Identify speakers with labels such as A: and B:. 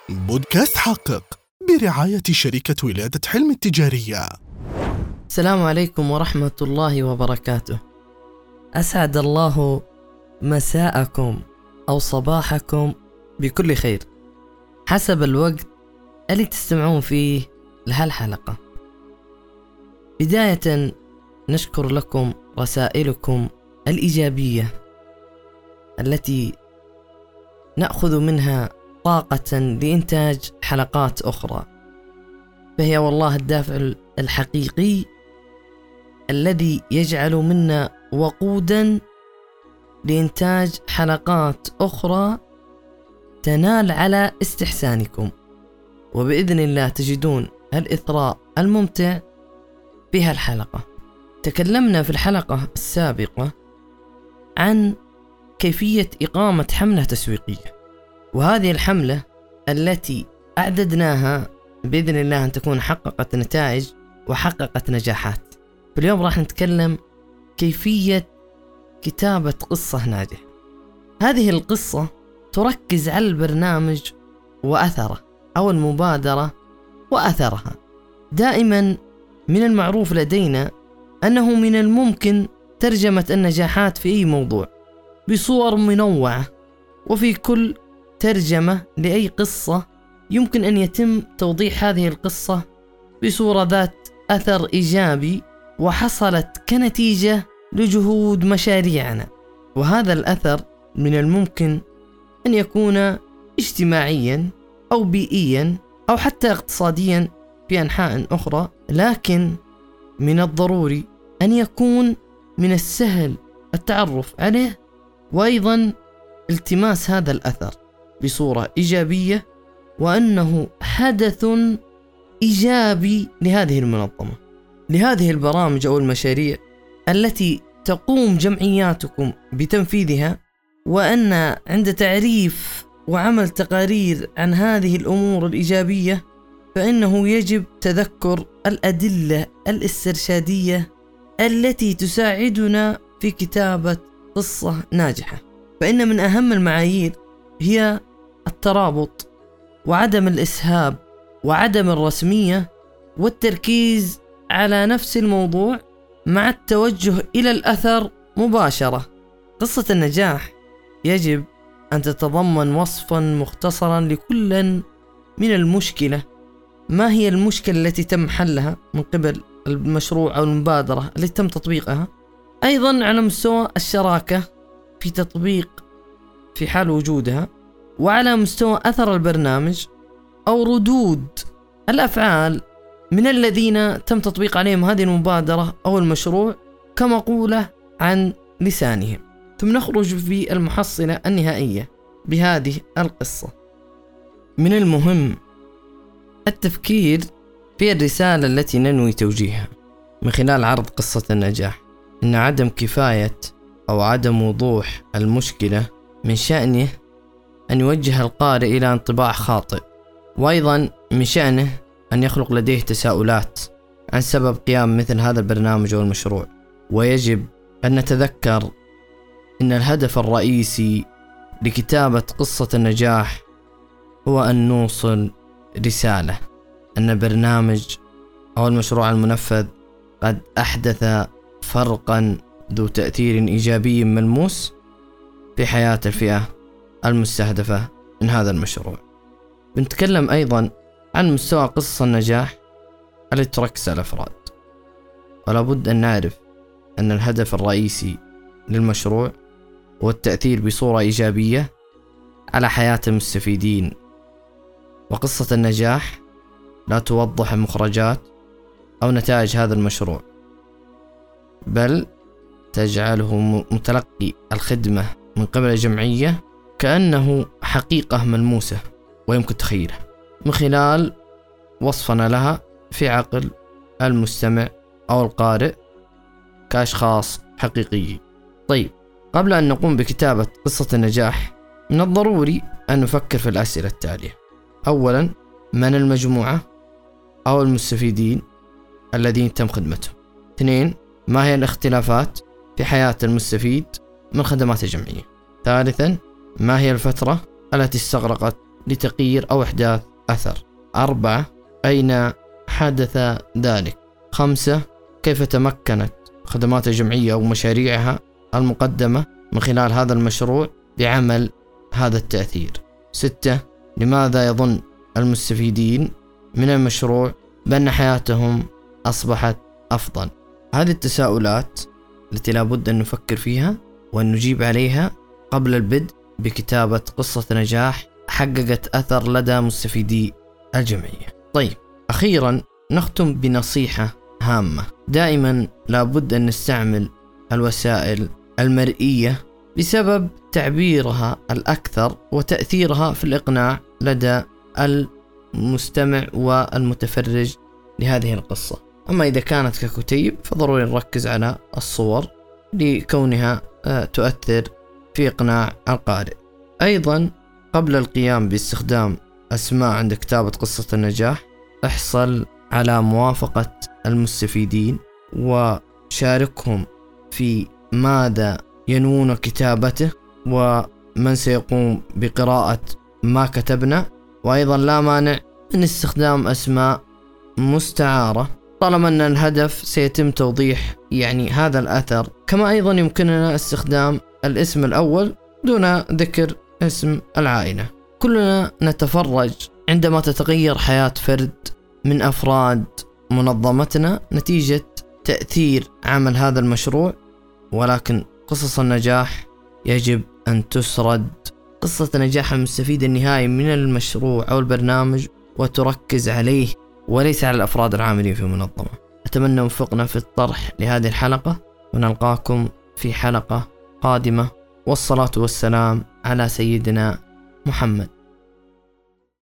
A: بودكاست حقق برعاية شركة ولادة حلم التجارية.
B: السلام عليكم ورحمة الله وبركاته. أسعد الله مساءكم أو صباحكم بكل خير حسب الوقت اللي تستمعون فيه لهالحلقة. بداية نشكر لكم رسائلكم الإيجابية التي نأخذ منها طاقة لإنتاج حلقات أخرى، فهي والله الدافع الحقيقي الذي يجعل منا وقودا لإنتاج حلقات أخرى تنال على استحسانكم، وبإذن الله تجدون الإثراء الممتع في هالحلقة. تكلمنا في الحلقة السابقة عن كيفية إقامة حملة تسويقية، وهذه الحملة التي أعددناها بإذن الله أن تكون حققت نتائج وحققت نجاحات. في اليوم راح نتكلم كيفية كتابة قصة ناجحة. هذه القصة تركز على البرنامج وأثره أو المبادرة وأثرها. دائما من المعروف لدينا أنه من الممكن ترجمة النجاحات في أي موضوع بصور منوعة، وفي كل ترجمة لأي قصة يمكن أن يتم توضيح هذه القصة بصورة ذات أثر إيجابي وحصلت كنتيجة لجهود مشاريعنا، وهذا الأثر من الممكن أن يكون اجتماعيا أو بيئيا أو حتى اقتصاديا في أنحاء أخرى، لكن من الضروري أن يكون من السهل التعرف عليه وأيضا التماس هذا الأثر بصورة إيجابية، وأنه حدث إيجابي لهذه المنظمة، لهذه البرامج أو المشاريع التي تقوم جمعياتكم بتنفيذها، وأن عند تعريف وعمل تقارير عن هذه الأمور الإيجابية فإنه يجب تذكر الأدلة الاسترشادية التي تساعدنا في كتابة قصة ناجحة. فإن من أهم المعايير هي الترابط وعدم الإسهاب وعدم الرسمية والتركيز على نفس الموضوع مع التوجه إلى الأثر مباشرة. قصة النجاح يجب أن تتضمن وصفا مختصرا لكل من المشكلة، ما هي المشكلة التي تم حلها من قبل المشروع أو المبادرة التي تم تطبيقها، أيضا على مستوى الشراكة في تطبيق في حال وجودها، وعلى مستوى أثر البرنامج أو ردود الأفعال من الذين تم تطبيق عليهم هذه المبادرة أو المشروع كمقولة عن لسانهم، ثم نخرج في المحصلة النهائية بهذه القصة. من المهم التفكير في الرسالة التي ننوي توجيهها من خلال عرض قصة النجاح. إن عدم كفاية أو عدم وضوح المشكلة من شأنه أن يوجه القارئ إلى انطباع خاطئ، وأيضا من شأنه أن يخلق لديه تساؤلات عن سبب قيام مثل هذا البرنامج أو المشروع. ويجب أن نتذكر أن الهدف الرئيسي لكتابة قصة النجاح هو أن نوصل رسالة أن البرنامج أو المشروع المنفذ قد أحدث فرقا ذو تأثير إيجابي ملموس في حياة الفئة المستهدفة من هذا المشروع. بنتكلم أيضا عن مستوى قصة النجاح التي تركز على الأفراد، ولا بد أن نعرف أن الهدف الرئيسي للمشروع هو التأثير بصورة إيجابية على حياة المستفيدين. وقصة النجاح لا توضح مخرجات أو نتائج هذا المشروع، بل تجعله متلقي الخدمة من قبل الجمعية كأنه حقيقة ملموسة ويمكن تخيلها من خلال وصفنا لها في عقل المستمع أو القارئ كأشخاص حقيقيين. طيب، قبل أن نقوم بكتابة قصة النجاح من الضروري أن نفكر في الأسئلة التالية. أولا، من المجموعة أو المستفيدين الذين تم خدمتهم؟ 2، ما هي الاختلافات في حياة المستفيد من خدمات الجمعية؟ ثالثا، ما هي الفترة التي استغرقت لتغيير أو إحداث أثر. 4. أين حدث ذلك؟ 5. كيف تمكنت خدمات الجمعية أو مشاريعها المقدمة من خلال هذا المشروع بعمل هذا التأثير؟ 6. لماذا يظن المستفيدين من المشروع بأن حياتهم أصبحت أفضل؟ هذه التساؤلات التي لابد أن نفكر فيها وأن نجيب عليها قبل البدء بكتابة قصة نجاح حققت أثر لدى مستفيدي الجمعية. طيب، أخيرا نختم بنصيحة هامة. دائما لابد أن نستعمل الوسائل المرئية بسبب تعبيرها الأكثر وتأثيرها في الإقناع لدى المستمع والمتفرج لهذه القصة. أما إذا كانت ككتيب فضروري نركز على الصور لكونها تؤثر في إقناع القارئ. أيضا قبل القيام باستخدام أسماء عند كتابة قصة النجاح احصل على موافقة المستفيدين وشاركهم في ماذا ينوون كتابته ومن سيقوم بقراءة ما كتبنا. وأيضا لا مانع من استخدام أسماء مستعارة طالما أن الهدف سيتم توضيح هذا الأثر. كما أيضا يمكننا استخدام الاسم الأول دون ذكر اسم العائلة. كلنا نتفرج عندما تتغير حياة فرد من أفراد منظمتنا نتيجة تأثير عمل هذا المشروع، ولكن قصص النجاح يجب أن تسرد قصة نجاح المستفيد النهائي من المشروع أو البرنامج وتركز عليه وليس على الأفراد العاملين في المنظمة. أتمنى وفقنا في الطرح لهذه الحلقة، ونلقاكم في حلقة قادمة، والصلاة والسلام على سيدنا محمد.